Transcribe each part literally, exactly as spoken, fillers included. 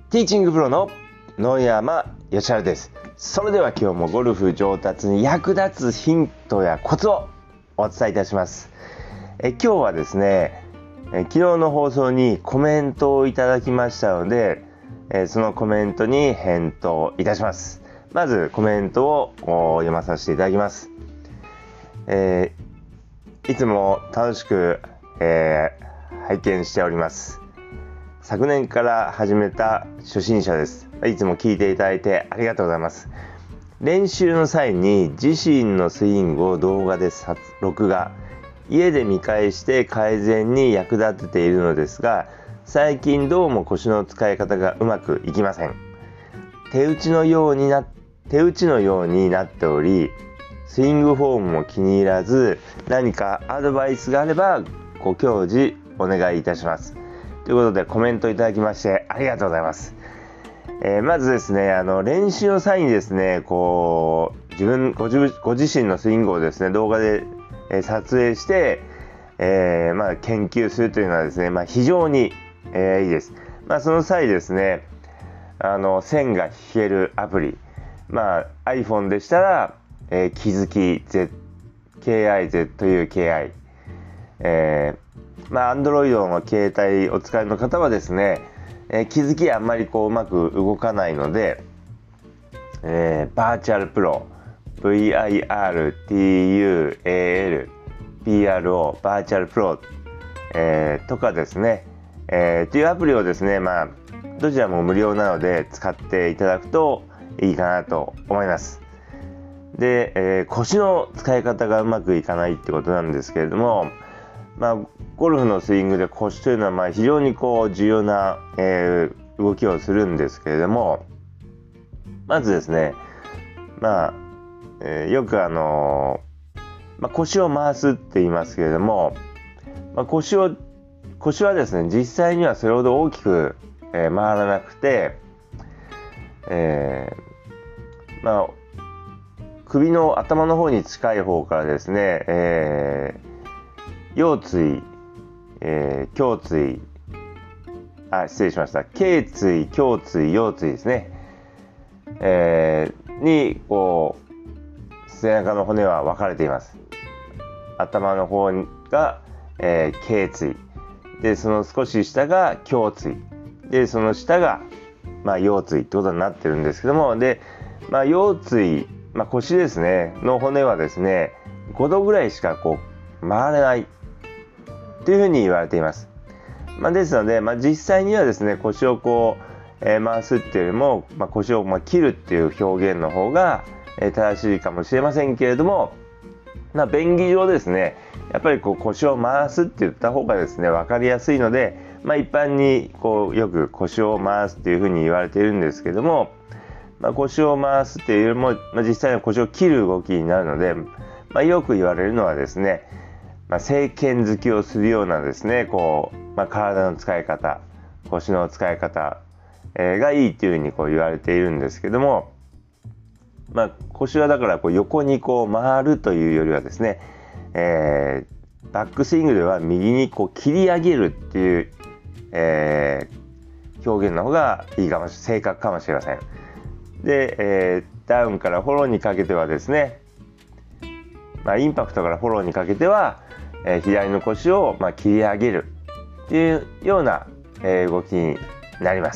ティーチングプロの野山義晴です。それでは今日もゴルフ上達に役立つヒントやコツをお伝えいたします。え今日はですねえ昨日の放送にコメントをいただきましたので、えそのコメントに返答いたします。まずコメントを読まさせていただきます。えー、いつも楽しく、えー、拝見しております。昨年から始めた初心者です。いつも聞いていただいてありがとうございます。練習の際に自身のスイングを動画で録画、家で見返して改善に役立てているのですが、最近どうも腰の使い方がうまくいきません。手打ちのようにな手打ちのようになっており、スイングフォームも気に入らず、何かアドバイスがあればご教示お願いいたします。ということでコメントいただきましてありがとうございます。えー、まずですね、あの練習の際にですね、こう自分ご自ご自身のスイングをですね動画で、えー、撮影して、えーまあ、研究するというのはですね、まあ、非常に、えー、いいです。まあ、その際ですね、あの線が引けるアプリ、まあ、iPhone でしたら、えー、気づき Zケーアイゼットユーケーアイ、えーまあ、Android の携帯お使いの方はですね、えー、気づきあんまりこううまく動かないので、えー、バーチャルプロ ブイアイアールティーユーエーエルピーアールオー バーチャルプロ、えー、とかですね、えー、というアプリをですね、まあどちらも無料なので使っていただくといいかなと思います。で、えー、腰の使い方がうまくいかないってことなんですけれども、まあ、ゴルフのスイングで腰というのはまあ非常にこう重要な、えー、動きをするんですけれども、まずですね、まあえー、よくあのーまあ、腰を回すって言いますけれども、まあ、腰を腰はですね実際にはそれほど大きく、えー、回らなくて、えー、まあ首の頭の方に近い方からですね、えー腰椎、えー、胸椎、あ、失礼しました。頸椎、胸椎、腰椎ですね。えー、に、こう、背中の骨は分かれています。頭の方が、えー、頸椎。で、その少し下が胸椎。で、その下が、まあ、腰椎ってことになってるんですけども、で、まあ、腰椎、まあ、腰ですね、の骨はですね、ごどぐらいしかこう、回れない。というふうに言われています。まあ、ですので、まあ、実際にはですね腰をこう、えー、回すっていうよりも、まあ、腰をまあ切るっていう表現の方が、えー、正しいかもしれませんけれども、まあ、便宜上ですねやっぱりこう腰を回すって言った方がですね分かりやすいので、まあ、一般にこうよく腰を回すっていうふうに言われているんですけども、まあ、腰を回すっていうよりも、まあ、実際に腰を切る動きになるので、まあ、よく言われるのはですねまあ、正拳突きをするようなですねこう、まあ、体の使い方、腰の使い方、えー、がいいというふうにこう言われているんですけども、まあ、腰はだからこう横にこう回るというよりはですね、えー、バックスイングでは右にこう切り上げるっていう、えー、表現の方がいいかも正確かもしれません。で、えー、ダウンからフォローにかけてはですね、まあ、インパクトからフォローにかけてはえー、左の腰を、まあ、切り上げるっていうような、えー、動きになります。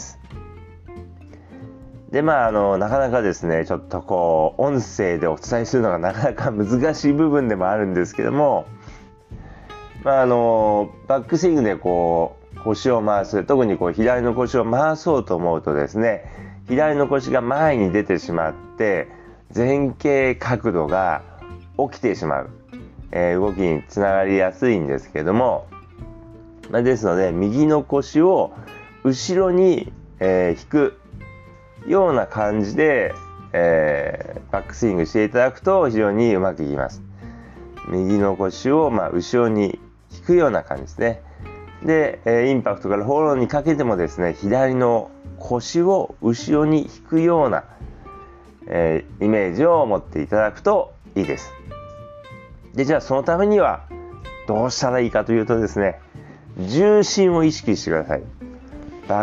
でまああのなかなかですねちょっとこう音声でお伝えするのがなかなか難しい部分でもあるんですけども、まああのバックスイングでこう腰を回す、特にこう左の腰を回そうと思うとですね左の腰が前に出てしまって前傾角度が起きてしまう、えー、動きにつながりやすいんですけれども、まあ、ですので右の腰を後ろに、えー、引くような感じで、えー、バックスイングしていただくと非常にうまくいきます。右の腰を、まあ、後ろに引くような感じですね。で、えー、インパクトからフォローにかけてもですね左の腰を後ろに引くような、えー、イメージを持っていただくといいです。でじゃあそのためにはどうしたらいいかというとですね重心を意識してください。バ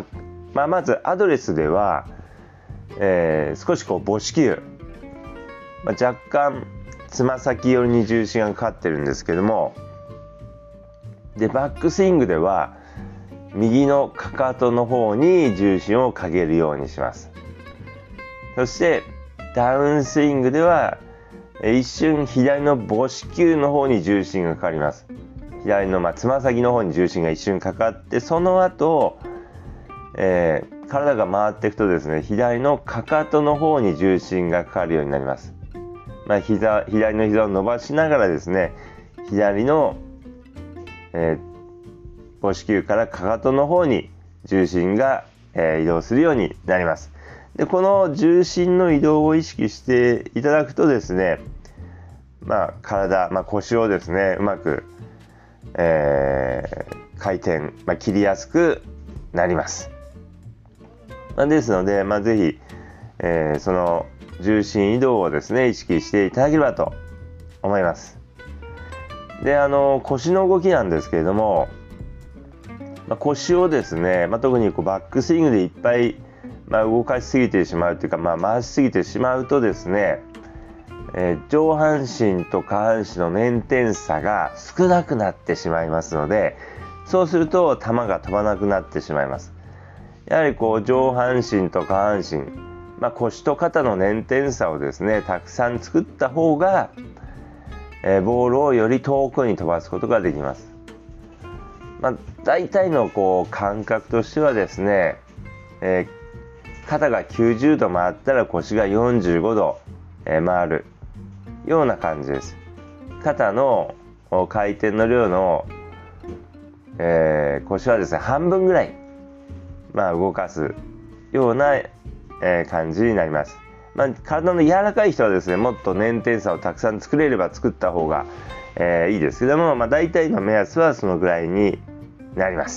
まあ、まずアドレスでは、えー、少しこう母子球、まあ、若干つま先寄りに重心がかかってるんですけども、でバックスイングでは右のかかとの方に重心をかけるようにします。そしてダウンスイングでは一瞬左の母子球の方に重心がかかります。左のまあつま先の方に重心が一瞬かかって、その後、えー、体が回っていくとですね、左のかかとの方に重心がかかるようになります。まあ、膝左の膝を伸ばしながらですね、左の、えー、母子球からかかとの方に重心が、えー、移動するようになります。でこの重心の移動を意識していただくとですね、まあ、体、まあ、腰をですねうまく、えー、回転、まあ、切りやすくなります。まあ、ですので、まあ、ぜひ、えー、その重心移動をですね意識していただければと思います。であの腰の動きなんですけれども、まあ、腰をですね、まあ、特にこうバックスイングでいっぱい、まあ、動かしすぎてしまうというか、まあ、回しすぎてしまうとですね、えー、上半身と下半身の捻転差が少なくなってしまいますので、そうすると球が飛ばなくなってしまいます。やはりこう上半身と下半身、まあ、腰と肩の捻転差をですねたくさん作った方が、えー、ボールをより遠くに飛ばすことができます。まあ、大体のこう感覚としてはですね、えー、肩がきゅうじゅうど回ったら腰がよんじゅうごど、えー、回るような感じです。肩の回転の量の、えー、腰はですね半分ぐらい、まあ、動かすような、えー、感じになります。まあ、体の柔らかい人はですねもっと捻転差をたくさん作れれば作った方が、えー、いいですけども、まあ、大体の目安はそのぐらいになります。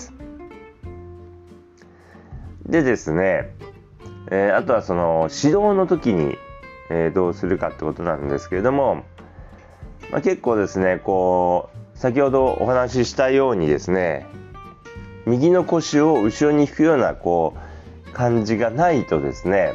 でですね、えー、あとはその指導の時に、えー、どうするかってことなんですけれども、まあ、結構ですねこう先ほどお話ししたようにですね、右の腰を後ろに引くようなこう感じがないとですね、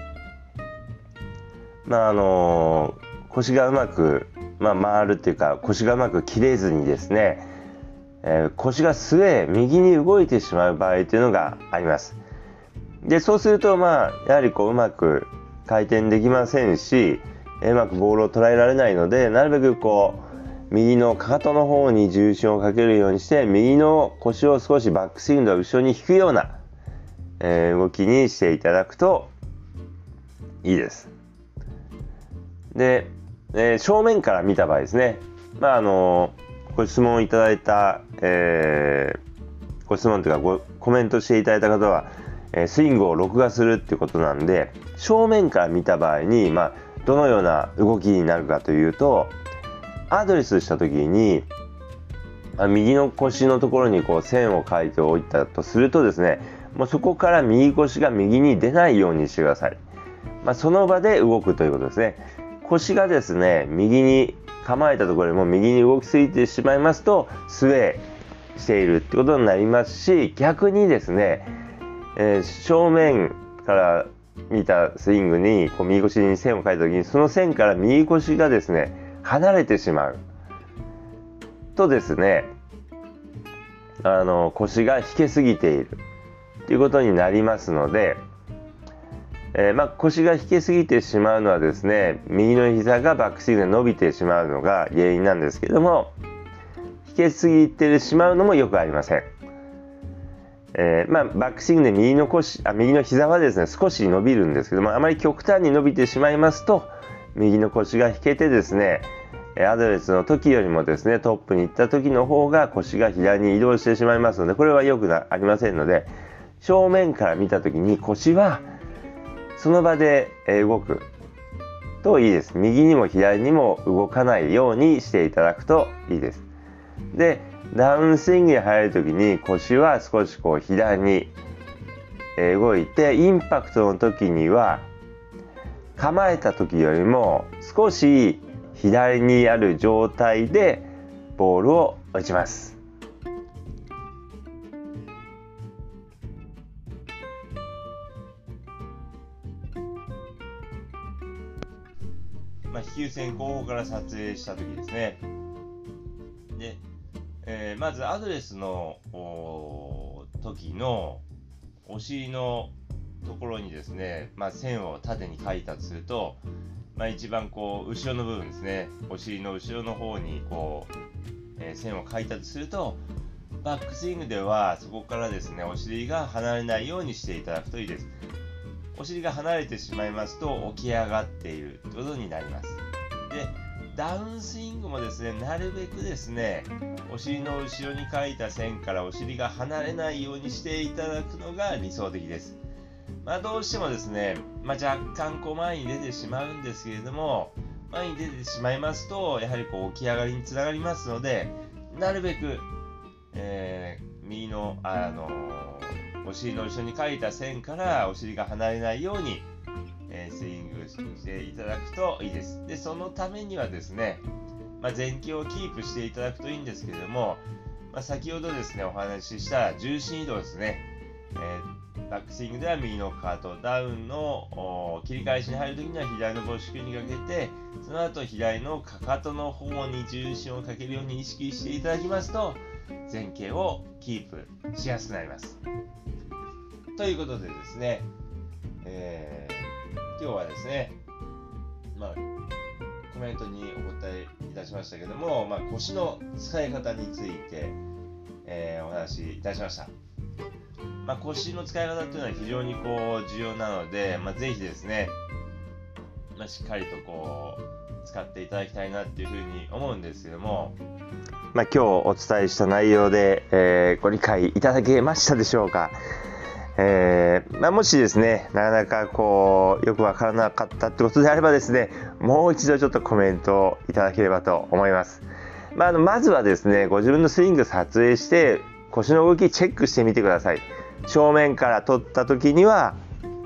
まああの腰がうまく、まあ、回るっていうか腰がうまく切れずにですね、えー、腰が末へ右に動いてしまう場合というのがあります。でそうするとまあやはりこううまく回転できませんし、うまくボールを捉えられないので、なるべくこう右のかかとの方に重心をかけるようにして右の腰を少しバックスイングの後ろに引くような、えー、動きにしていただくといいです。で、えー、正面から見た場合ですね、まああのご質問いただいた、えー、ご質問というかごコメントしていただいた方は、えー、スイングを録画するっていうことなんで、正面から見た場合に、まあ、どのような動きになるかというと、アドレスした時に右の腰のところにこう線を描いておいたとするとですね、もうそこから右腰が右に出ないようにしてください。まあ、その場で動くということですね。腰がですね右に構えたところでも右に動きすぎてしまいますとスウェーしているってことになりますし、逆にですね、えー、正面から見たスイングにこう右腰に線を描いた時にその線から右腰がですね離れてしまうとですね、あの腰が引けすぎているということになりますので、えーまあ、腰が引けすぎてしまうのはですね、右の膝がバックスイングで伸びてしまうのが原因なんですけども、引けすぎてしまうのもよくありません。えーまあ、バックスイングで右の腰あ右の膝はですね少し伸びるんですけども、あまり極端に伸びてしまいますと右の腰が引けてですね、アドレスの時よりもですねトップに行った時の方が腰が左に移動してしまいますので、これはよくありませんので、正面から見た時に腰はその場で動くといいです。右にも左にも動かないようにしていただくといいです。でダウンスイングに入る時に腰は少しこう左に動いて、インパクトの時には構えた時よりも少し左にある状態でボールを打ちます。 球線後方から撮影した時ですね。で、えー、まずアドレスの時のお尻のところにですね、まあ、線を縦に描いたとすると、まあ、一番こう後ろの部分ですね、お尻の後ろの方にこう、えー、線を描いたとすると、バックスイングではそこからですね、お尻が離れないようにしていただくといいです。お尻が離れてしまいますと起き上がっているということになります。で、ダウンスイングもですね、なるべくですね、お尻の後ろに描いた線からお尻が離れないようにしていただくのが理想的です。まあ、どうしてもですね、まあ、若干こう前に出てしまうんですけれども、前に出てしまいますとやはりこう起き上がりにつながりますので、なるべく、えー、右の、あのー、お尻の後ろに描いた線からお尻が離れないように、えー、スイングしていただくといいです。で、そのためにはですね、まあ、前傾をキープしていただくといいんですけれども、まあ、先ほどですねお話しした重心移動ですね、えーバックスイングでは右のかかと、ダウンの切り返しに入るときには左の母指にかけて、その後左のかかとの方に重心をかけるように意識していただきますと、前傾をキープしやすくなります。ということでですね、えー、今日はですね、まあ、コメントにお答えいたしましたけども、まあ、腰の使い方について、えー、お話しいたしました。まあ、腰の使い方というのは非常にこう重要なので、まあ、ぜひですね、まあ、しっかりとこう使っていただきたいなっていうふうに思うんですけども、まあ、今日お伝えした内容で、えー、ご理解いただけましたでしょうか。えーまあ、もしですねなかなかこうよくわからなかったってことであればですね、もう一度ちょっとコメントをいただければと思います。まあ、あのまずはですね、ご自分のスイング撮影して腰の動きチェックしてみてください。正面から撮った時には、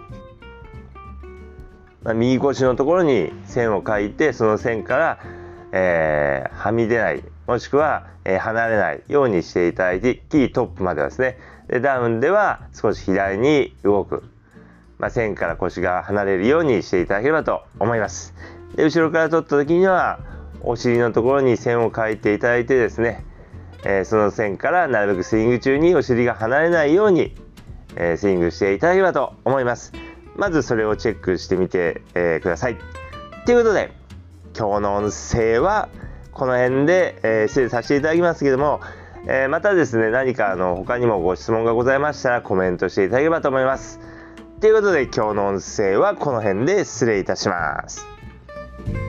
まあ、右腰のところに線を描いて、その線から、えー、はみ出ない、もしくは、えー、離れないようにしていただいて、キートップまではですね、でダウンでは少し左に動く、まあ、線から腰が離れるようにしていただければと思います。で、後ろから撮った時にはお尻のところに線を描いていただいてですね、えー、その線からなるべくスイング中にお尻が離れないように、えー、スイングしていただければと思います。まずそれをチェックしてみて、えー、ください。ということで今日の音声はこの辺で、えー、失礼させていただきますけども、えー、またですね何かあの他にもご質問がございましたらコメントしていただければと思います。ということで今日の音声はこの辺で失礼いたします。